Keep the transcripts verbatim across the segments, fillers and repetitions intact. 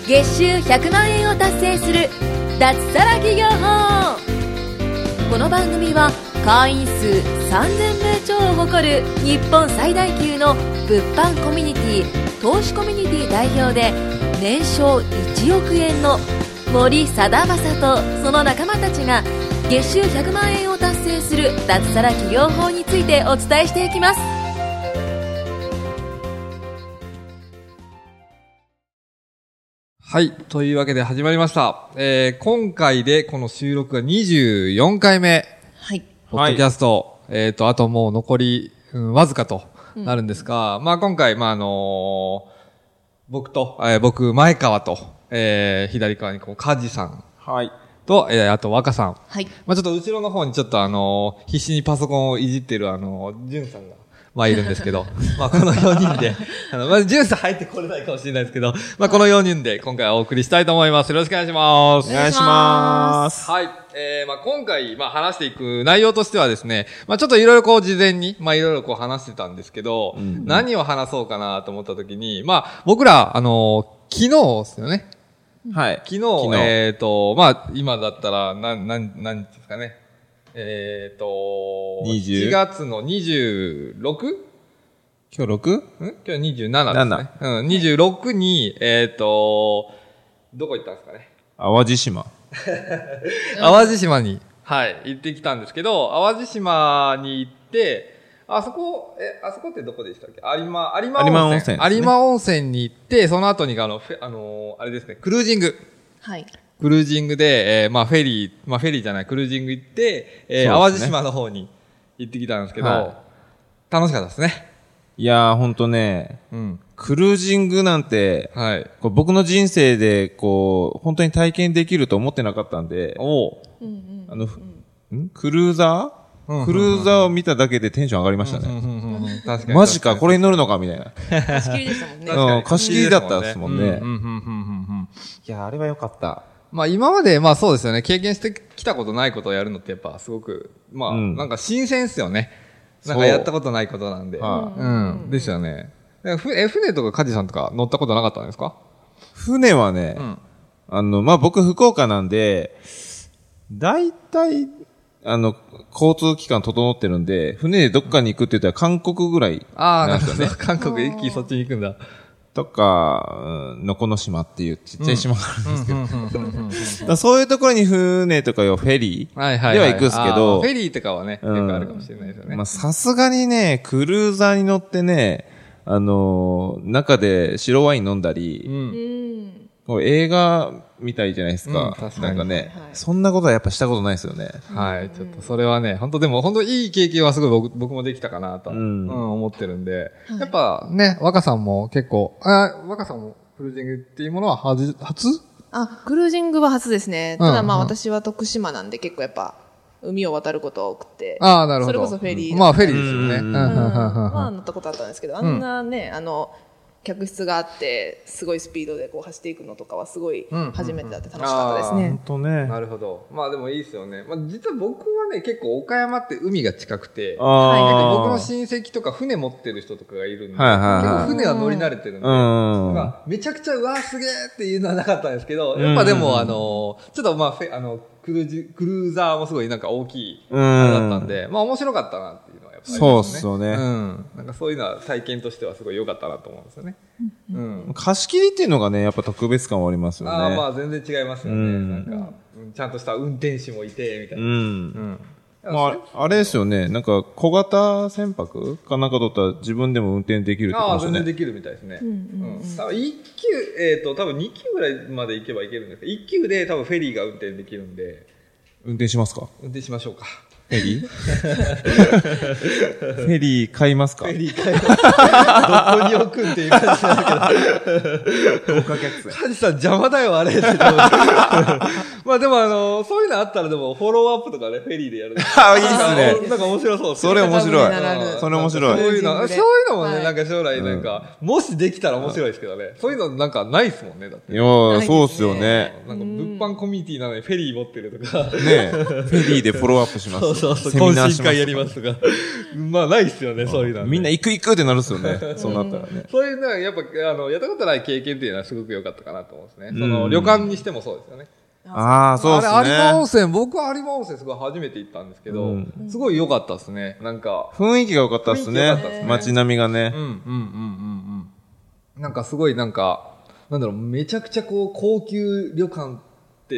月収ひゃくまんえんを達成する脱サラ企業法。この番組は会員数さんぜんめい超を誇る日本最大級の物販コミュニティ投資コミュニティ代表で年商いちおくえんの森貞正とその仲間たちが月収ひゃくまんえんを達成する脱サラ企業法についてお伝えしていきます。 はい。というわけで始まりました。えー、今回でこの収録がにじゅうよんかいめ。 はい。 ポッドキャスト。はい、えっ、ー、と、あともう残り、うん、わずかとなるんですが、うん、まあ今回、まああのー、僕と、えー、僕、前川と、えー、左側にこう、カジさん。 はい。 と、えー、あと若さん。 はい。 まあちょっと後ろの方にちょっとあのー、必死にパソコンをいじってるあのー、ジュンさんが。まあいるんですけど、まあこのよにんで、あの、まあジュンさん入ってこれないかもしれないですけど、まあこのよにんで今回はお送りしたいと思います。よろしくお願いします。 お願いします。 はい。えー、まあ今回、まあ話していく内容としてはですね、まあちょっといろいろこう事前に、まあいろいろこう話してたんですけど、うん、何を話そうかなと思った時に、まあ僕ら、あのー、昨日ですよね。 はい。 昨日、昨日えっ、ー、と、まあ今だったら、なん、なん、なんですかね。えっ、ー、と、 にじゅうしちがつのにじゅうろく? 今日 ろく? ん今日にじゅうななですね。うん、にじゅうろくに、えっ、ー、と、どこ行ったんですかね。 淡路島。 淡路島に、はい、行ってきたんですけど、淡路島に行って、あそこ、え、あそこってどこでしたっけ？有馬、有馬温泉。有馬温泉、ね。有馬温泉に行って、その後にあの、あの、あれですね、クルージング。 はい。 クルージングで、えー、まあフェリー、まあフェリーじゃない、クルージング行って、えー、ね、淡路島の方に行ってきたんですけど、はい、楽しかったですね。 いやー、ほんとね、うん、クルージングなんて、はい、こう僕の人生で、こう、本当に体験できると思ってなかったんで、おうんうん、あの、うん、クルーザー、うん、クルーザーを見ただけでテンション上がりましたね。うんうんうんうん、確かにマジか、これに乗るのかみたいな。 貸し切りでしたもんね。 うん、貸し切りだったですもんね。いや、あれは良かった。 まあ今まで、まあそうですよね、経験してきたことないことをやるのってやっぱすごく、まあ、うん、なんか新鮮っすよね。なんかやったことないことなんで。はあ、うん。ですよね。え、船とかカジさんとか乗ったことなかったんですか？ 船はね、うん、あの、まあ僕福岡なんで、だいたい、あの、交通機関整ってるんで、船でどっかに行くって言ったら韓国ぐらいなんですよね。 ああ、韓国一気にそっちに行くんだ。 とか、のこの島っていうちっちゃい島があるんですけど。そういうところに船とかフェリーでは行くんですけど。 フェリーとかはね、うん、よくあるかもしれないですよね。 まあさすがにね、クルーザーに乗ってね、あのー、中で白ワイン飲んだり、うん、こう映画みたいじゃないですか。うん、確かになんかね、はいはい、そんなことはやっぱしたことないですよね。 はい、ちょっとそれはね、本当でも本当いい経験はすごい僕僕もできたかなと、うんうん、思ってるんで、はい、やっぱね、若さんも結構、あ、若さんもクルージングっていうものは初初あ、クルージングは初ですね。ただまあ私は徳島なんで結構やっぱ、海を渡ることが多くて。 ああ、なるほど。 それこそフェリー、 うん。まあフェリーですよね。うん。 まあ乗ったことあったんですけど、あんなね、あの、客室があって、すごいスピードでこう走っていくのとかはすごい初めてだって楽しかったですね。 本当ね。 なるほど。まあでもいいですよね。まあ実は僕はね、結構岡山って海が近くて、はい、僕の親戚とか船持ってる人とかがいるんで、はいはいはい、結構船は乗り慣れてるんで、まあ、めちゃくちゃうわーすげーっていうのはなかったんですけど、やっぱでもあの、ちょっとまあ、フェあの、クルージ、クルーザーもすごいなんか大きいあれだったんで、まあ面白かったなっていうのはやっぱり、ね。 そうっすよね。 うん。なんかそういうのは体験としてはすごい良かったなと思うんですよね。 うん。貸し切りっていうのがね、やっぱ特別感はありますよね。 ああ、まあ全然違いますよね。うん、なんか、ちゃんとした運転手もいて、みたいな。うん。うんまあ、あれですよね。なんか、小型船舶かなんか取ったら自分でも運転できるってことですよね。 ああ、全然できるみたいですね。うん。うん、多分いっきゅう、えっと、多分にきゅうぐらいまで行けば行けるんですけど、いっきゅうで多分フェリーが運転できるんで。 運転しますか？ 運転しましょうか。 フェリーフェリー買いますか？ フェリー買います。どこに置くんっていう感じなんだけど。豪華客船。カジさん邪魔だよ、あれ。まあでもあの、そういうのあったらでもフォローアップとかね、フェリーでやる。 ああ、いいっすね。 なんか面白そうですね。 それ面白い。それ面白い。 そういうの、そういうのもね、なんか将来なんか、もしできたら面白いですけどね。そういうのなんかないっすもんね、だって。 いやー、そうっすよね。 なんか物販コミュニティなのにフェリー持ってるとか。 ねフェリーでフォローアップします。 そうそう。懇親会やりますとか。まあ、ないっすよね、そういうの。 みんな行く行くってなるっすよね。そうなったらね。 そういうのは、やっぱ、あの、やったことない経験っていうのはすごく良かったかなと思うんですね。その、旅館にしてもそうですよね。 ああ、そうですね。 あれ、有馬温泉、僕は有馬温泉すごい初めて行ったんですけど、すごい良かったですね。なんか。 雰囲気が良かったですね。街並みがね。 うん、うん、うん、うん、うん。なんかすごいなんか、なんだろう、めちゃくちゃこう、高級旅館って、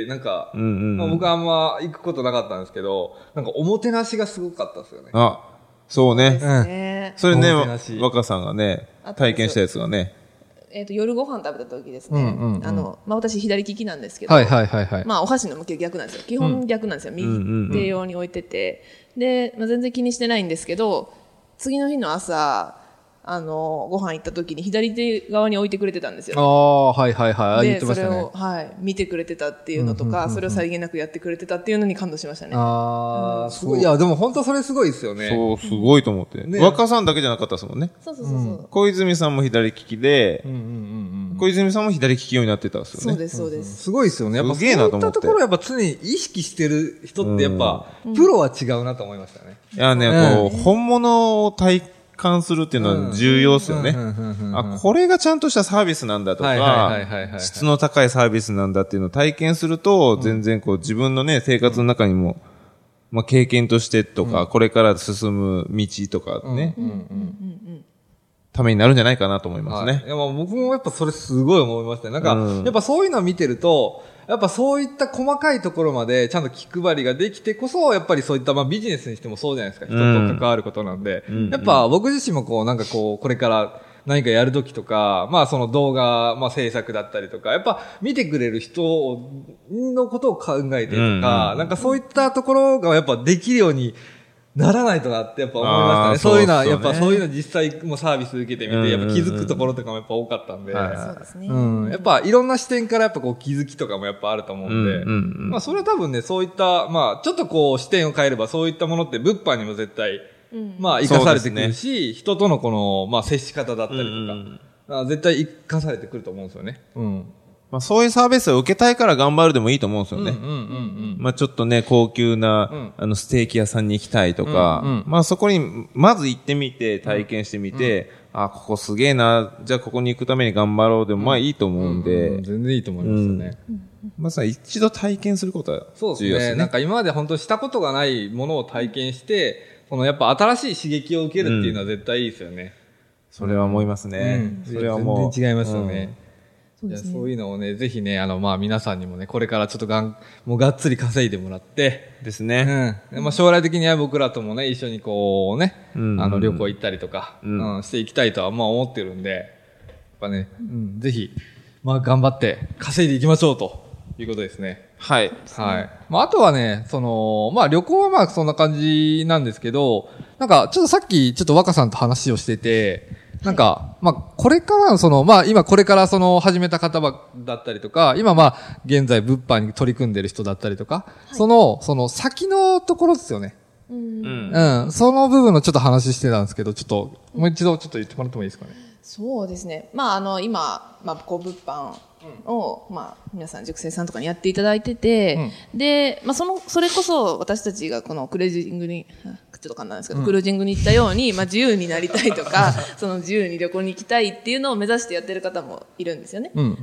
なんか、うんうんうんまあ、僕はあんま行くことなかったんですけど、なんかおもてなしがすごかったですよね。 あ、そうね。 そうですね。 それね、若さんがね、体験したやつがね。 えっと、夜ご飯食べた時ですね。うんうんうん、あの、まあ、私左利きなんですけど。 はいはいはいはい。 まあ、お箸の向き逆なんですよ。基本逆なんですよ。うん、右手用に置いてて。で、まあ、全然気にしてないんですけど、次の日の朝、あの、ご飯行った時に左手側に置いてくれてたんですよ。 ああ、はいはいはい。 で、それを、はい、見てくれてたっていうのとか、うんうんうんうん、それをさりげなくやってくれてたっていうのに感動しましたね。 ああ、うん、すごい。いや、でも本当それすごいですよね。 そう、すごいと思って。ね、若さんだけじゃなかったですもんね。 そうそうそうそう、うん。 小泉さんも左利きで、うんうんうんうん、小泉さんも左利きようになってたんですよね。 そうです、そうです。うんうん、 すごいですよね。やっぱそういったところやっぱ常に意識してる人ってやっぱ、うん、プロは違うなと思いましたね。 いやね、こう、本物を体感するっていうのは重要ですよね。あ、これがちゃんとしたサービスなんだとか、質の高いサービスなんだっていうのを体験すると、全然こう自分のね、生活の中にも、まあ経験としてとか、これから進む道とかね、ためになるんじゃないかなと思いますね。 いや、まあ僕もやっぱそれすごい思いましたね。なんか、やっぱそういうのを見てると、やっぱそういった細かいところまでちゃんと気配りができてこそ、やっぱりそういったまあビジネスにしてもそうじゃないですか。人と関わることなんで。うん、やっぱ僕自身もこうなんかこう、これから何かやるときとか、まあその動画、まあ制作だったりとか、やっぱ見てくれる人のことを考えてとか、うんうん、なんかそういったところがやっぱできるようにならないとなってやっぱ思いましたね。そうそういうのは、やっぱそういうの実際もサービス受けてみて、やっぱ気づくところとかもやっぱ多かったんで。そうですね。うん。やっぱいろんな視点からやっぱこう気づきとかもやっぱあると思うんで。うんうんうん、まあそれは多分ね、そういった、まあちょっとこう視点を変えればそういったものって物販にも絶対、うん、まあ活かされてくるし、ね、人とのこの、まあ接し方だったりとか、うんうん、絶対活かされてくると思うんですよね。うん。 まあそういうサービスを受けたいから頑張るでもいいと思うんですよね。うんうんうんうん、まあちょっとね、高級な、うん、あのステーキ屋さんに行きたいとか、うんうん、まあそこにまず行ってみて、体験してみて、うんうん、あ、ここすげえな、じゃあここに行くために頑張ろうでもまあいいと思うんで。うんうんうん、 全然いいと思いますよね。うん、 まさに一度体験することは重要ですね。そうですね。 なんか今まで本当したことがないものを体験して、そのやっぱ新しい刺激を受けるっていうのは絶対いいですよね。うん、 それは思いますね。うん、それはもう。全然違いますよね。うんそうですね、いやそういうのをね、ぜひね、あの、まあ皆さんにもね、これからちょっとがん、もうがっつり稼いでもらって、 ですね。 うん。まあ将来的には僕らともね、一緒にこうね、うんうんうん、あの、旅行行ったりとか、うん、うん、していきたいとはまあ思ってるんで、やっぱね、うん、ぜひ、まあ頑張って稼いでいきましょうということですね。 はい。 はい。まああとはね、その、まあ旅行はまあそんな感じなんですけど、なんかちょっとさっきちょっと若さんと話をしてて、なんか、まあ、これからその、まあ、今これからその始めた方だったりとか、今まあ、現在物販に取り組んでる人だったりとか、はい、その、その先のところですよね。うん。うん。その部分のちょっと話してたんですけど、ちょっと、もう一度ちょっと言ってもらってもいいですかね。 そうですね。まあ、あの、今、まあ、こう、物販を、うん、まあ、皆さん、塾生さんとかにやっていただいてて、うん、で、まあ、その、それこそ、私たちがこのクルージングに、ちょっと簡単なんですけど、うん、クルージングに行ったように、まあ、自由になりたいとか、その自由に旅行に行きたいっていうのを目指してやってる方もいるんですよね。うんうんうん、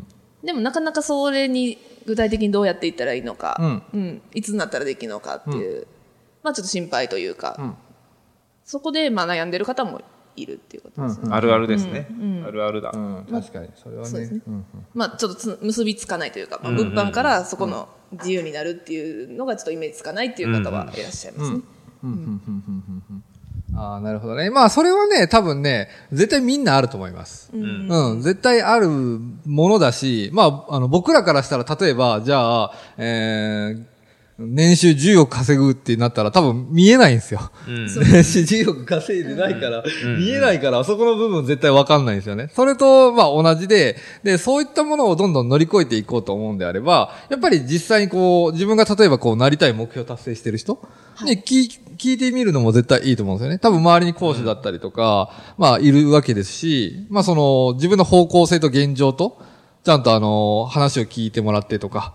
でも、なかなかそれに、具体的にどうやっていったらいいのか、うんうん、いつになったらできるのかっていう、うん、まあ、ちょっと心配というか、うん、そこで、まあ、悩んでる方もいるっていうことですね。 うん、あるあるですね。うんうん、あるあるだ。うん、 確かに。それはね。そうですね。うんうん、 まあ、ちょっとつ結びつかないというか、まあ、物販からそこの自由になるっていうのがちょっとイメージつかないっていう方はいらっしゃいますね。 ああ、なるほどね。まあ、それはね、多分ね、絶対みんなあると思います。うん。うん、絶対あるものだし、まあ、あの、僕らからしたら、例えば、じゃあ、えー、年収じゅうおく稼ぐってなったら多分見えないんですよ。うん、年収じゅうおく稼いでないから、うん、見えないから、そこの部分絶対わかんないんですよね。それと、まあ同じで、で、そういったものをどんどん乗り越えていこうと思うんであれば、やっぱり実際にこう、自分が例えばこう、なりたい目標達成してる人に聞、聞いてみるのも絶対いいと思うんですよね。多分周りに講師だったりとか、うん、まあいるわけですし、まあその、自分の方向性と現状と、ちゃんとあの、話を聞いてもらってとか、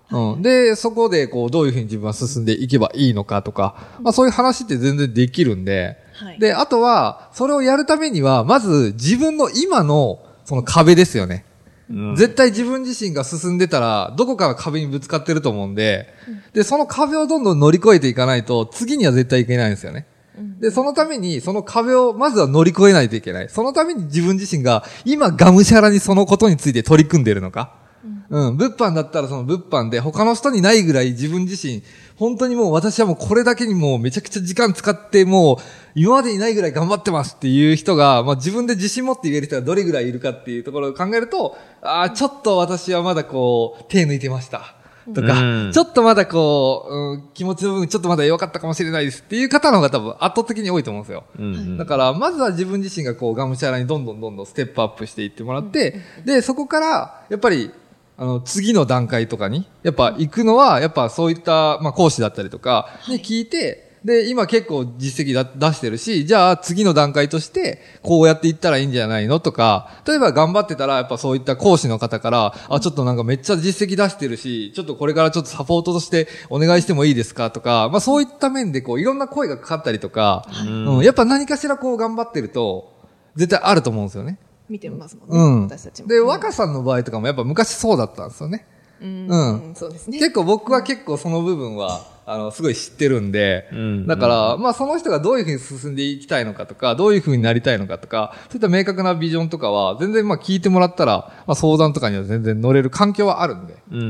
うん。で、そこで、こう、どういうふうに自分は進んでいけばいいのかとか、まあそういう話って全然できるんで、はい、で、あとは、それをやるためには、まず自分の今の、その壁ですよね。うん、絶対自分自身が進んでたら、どこかの壁にぶつかってると思うんで、うん、で、その壁をどんどん乗り越えていかないと、次には絶対いけないんですよね。うん、で、そのために、その壁をまずは乗り越えないといけない。そのために自分自身が、今がむしゃらにそのことについて取り組んでいるのか。うん。物販だったらその物販で他の人にないぐらい自分自身、本当にもう私はもうこれだけにもうめちゃくちゃ時間使ってもう今までにないぐらい頑張ってますっていう人が、まあ自分で自信持って言える人がどれぐらいいるかっていうところを考えると、ああ、ちょっと私はまだこう手抜いてました。とか、うん、ちょっとまだこう、うん、気持ちの部分ちょっとまだ弱かったかもしれないですっていう方の方が多分圧倒的に多いと思うんですよ。うんうん、だから、まずは自分自身がこう、がむしゃらにどんどんどんどんステップアップしていってもらって、うん、で、そこから、やっぱり、あの、次の段階とかに、やっぱ行くのは、やっぱそういった、まあ、講師だったりとかに聞いて、はい、で、今結構実績だ出してるし、じゃあ次の段階として、こうやっていったらいいんじゃないのとか、例えば頑張ってたら、やっぱそういった講師の方から、あ、ちょっとなんかめっちゃ実績出してるし、ちょっとこれからちょっとサポートとしてお願いしてもいいですかとか、まあそういった面でこう、いろんな声がかかったりとか、うん、やっぱ何かしらこう頑張ってると、絶対あると思うんですよね。 見てますもんね、うん、私たちも。 で、若さんの場合とかもやっぱ昔そうだったんですよね。 うん、うん、そうですね。 結構僕は結構その部分は、あの、すごい知ってるんで、うん、だから、まあその人がどういうふうに進んでいきたいのかとか、どういうふうになりたいのかとか、そういった明確なビジョンとかは、全然まあ聞いてもらったら、まあ相談とかには全然乗れる環境はあるんで、うん、うん、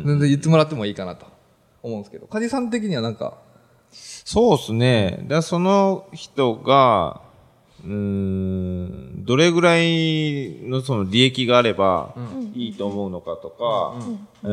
全然言ってもらってもいいかなと思うんですけど、梶さん的にはなんか、 そうですね。だその人が、うーん、どれぐらいのその利益があればいいと思うのかとか、うん、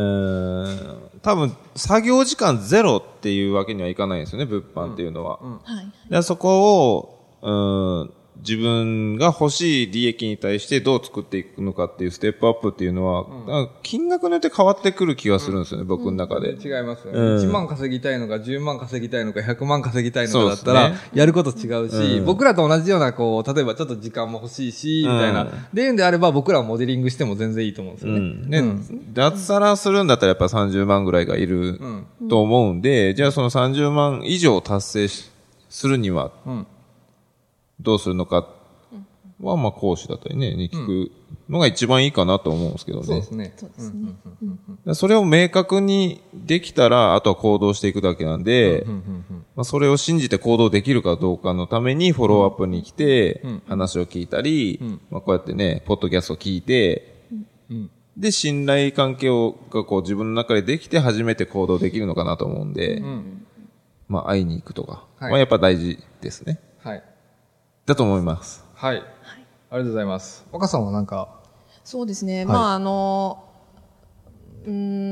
うーん、多分作業時間ゼロっていうわけにはいかないんですよね、物販っていうのは。うんうん、でそこを、うーん、自分が欲しい利益に対してどう作っていくのかっていうステップアップっていうのは、うん、金額によって変わってくる気がするんですよね、うん、僕の中で。 違いますよね、うん。いちまん稼ぎたいのか、じゅうまん稼ぎたいのか、ひゃくまん稼ぎたいのかだったら、やること違うし、うん、僕らと同じような、こう、例えばちょっと時間も欲しいし、みたいな。うん、で、いうんであれば僕らはモデリングしても全然いいと思うんですよね。うん、 ね、うん、脱サラするんだったらやっぱさんじゅうまんぐらいがいると思うんで、じゃあそのさんじゅうまん以上達成しするには、どうするのか。は、まあ、講師だったりね、に聞くのが一番いいかなと思うんですけどね。そうですね。そうですね。それを明確にできたら、あとは行動していくだけなんで、まあ、それを信じて行動できるかどうかのためにフォローアップに来て、話を聞いたり、まあ、こうやってね、ポッドキャストを聞いて、で、信頼関係を、がこう自分の中でできて初めて行動できるのかなと思うんで、まあ、会いに行くとか、まあ、やっぱ大事ですね。はい。だと思います。 はい。ありがとうございます。若さんはなんか。 そうですね。はい、まあ、あの、うん、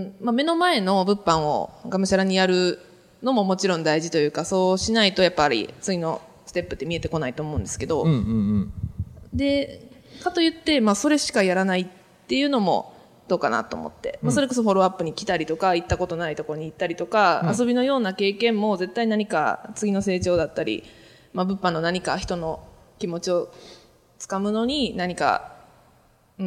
まあ、目の前の物販をがむしゃらにやるのももちろん大事というか、そうしないとやっぱり次のステップって見えてこないと思うんですけど、うんうんうん、で、かといって、まあ、それしかやらないっていうのもどうかなと思って、うん、まあ、それこそフォローアップに来たりとか、行ったことないところに行ったりとか、うん、遊びのような経験も絶対何か次の成長だったり、まあ、物販の何か人の気持ちを掴むのに何か、うん、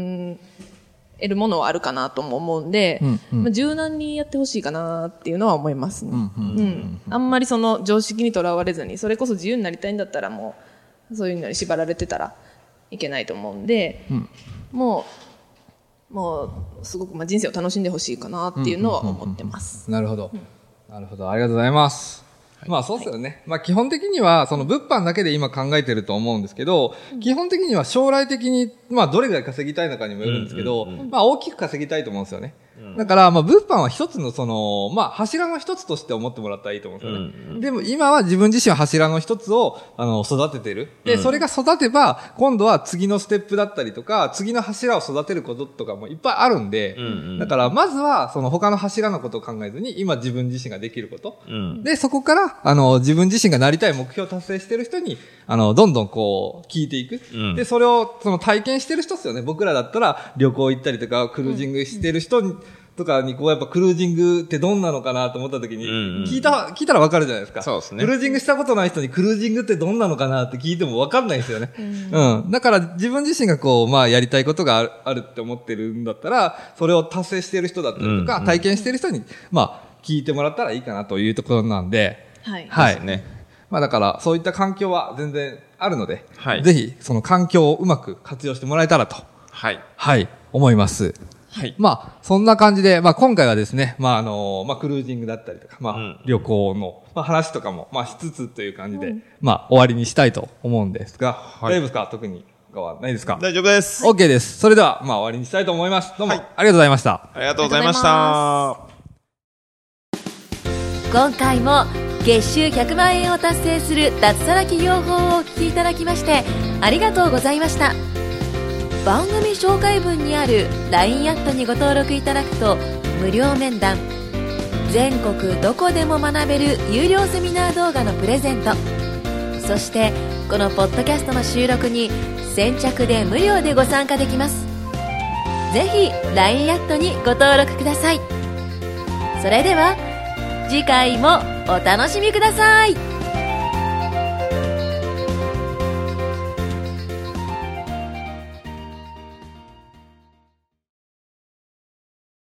得るものはあるかなとも思うんで、うんうん、まあ、柔軟にやってほしいかなっていうのは思いますね。うんうんうんうん、あんまりその常識にとらわれずに、それこそ自由になりたいんだったらもう、そういうのに縛られてたらいけないと思うんで、うん、もう、もう、すごくまあ人生を楽しんでほしいかなっていうのは思ってます。 うんうんうんうん、なるほど、うん。なるほど。ありがとうございます。まあそうですよね。はい、まあ基本的にはその物販だけで今考えてると思うんですけど、うん、基本的には将来的にまあどれぐらい稼ぎたいのかにもよるんですけど、うんうんうん、まあ大きく稼ぎたいと思うんですよね。うん、だからまあ物販は一つのそのまあ柱の一つとして思ってもらったらいいと思うんですよね。うんうん、でも今は自分自身は柱の一つをあの育ててる。で、それが育てば今度は次のステップだったりとか次の柱を育てることとかもいっぱいあるんで、うんうん、だからまずはその他の柱のことを考えずに今自分自身ができること、うん、でそこからあの自分自身がなりたい目標を達成してる人にあのどんどんこう聞いていく、うん、でそれをその体験してる人ですよね。僕らだったら旅行行ったりとかクルージングしてる人に、うんとかにこうやっぱクルージングってどんなのかなと思った時に、うんうん、聞いた、聞いたらわかるじゃないですか。 そうですね。 クルージングしたことない人にクルージングってどんなのかなって聞いてもわかんないですよね。うん、うん。だから自分自身がこう、まあやりたいことがある、あるって思ってるんだったら、それを達成している人だったりとか、うんうん、体験している人に、まあ聞いてもらったらいいかなというところなんで、 はい。 はい。 ですね。 まあだからそういった環境は全然あるので、はい、ぜひその環境をうまく活用してもらえたらと、 はい。 はい、思います。はい。まあ、そんな感じで、まあ今回はですね、まああの、まあクルージングだったりとか、まあ、うん、旅行の、まあ、話とかも、まあしつつという感じで、うん、まあ終わりにしたいと思うんですが、はい、大丈夫ですか？特にはないですか？ 大丈夫です。 OK です。それでは、まあ終わりにしたいと思います。どうも、はい、ありがとうございました。 ありがとうございました。 今回も月収ひゃくまんえんを達成する脱サラ企業法をお聞きいただきましてありがとうございました。番組紹介文にある ライン アットにご登録いただくと無料面談、全国どこでも学べる有料セミナー動画のプレゼント、そしてこのポッドキャストの収録に先着で無料でご参加できます。ぜひ ライン アットにご登録ください。それでは次回もお楽しみください。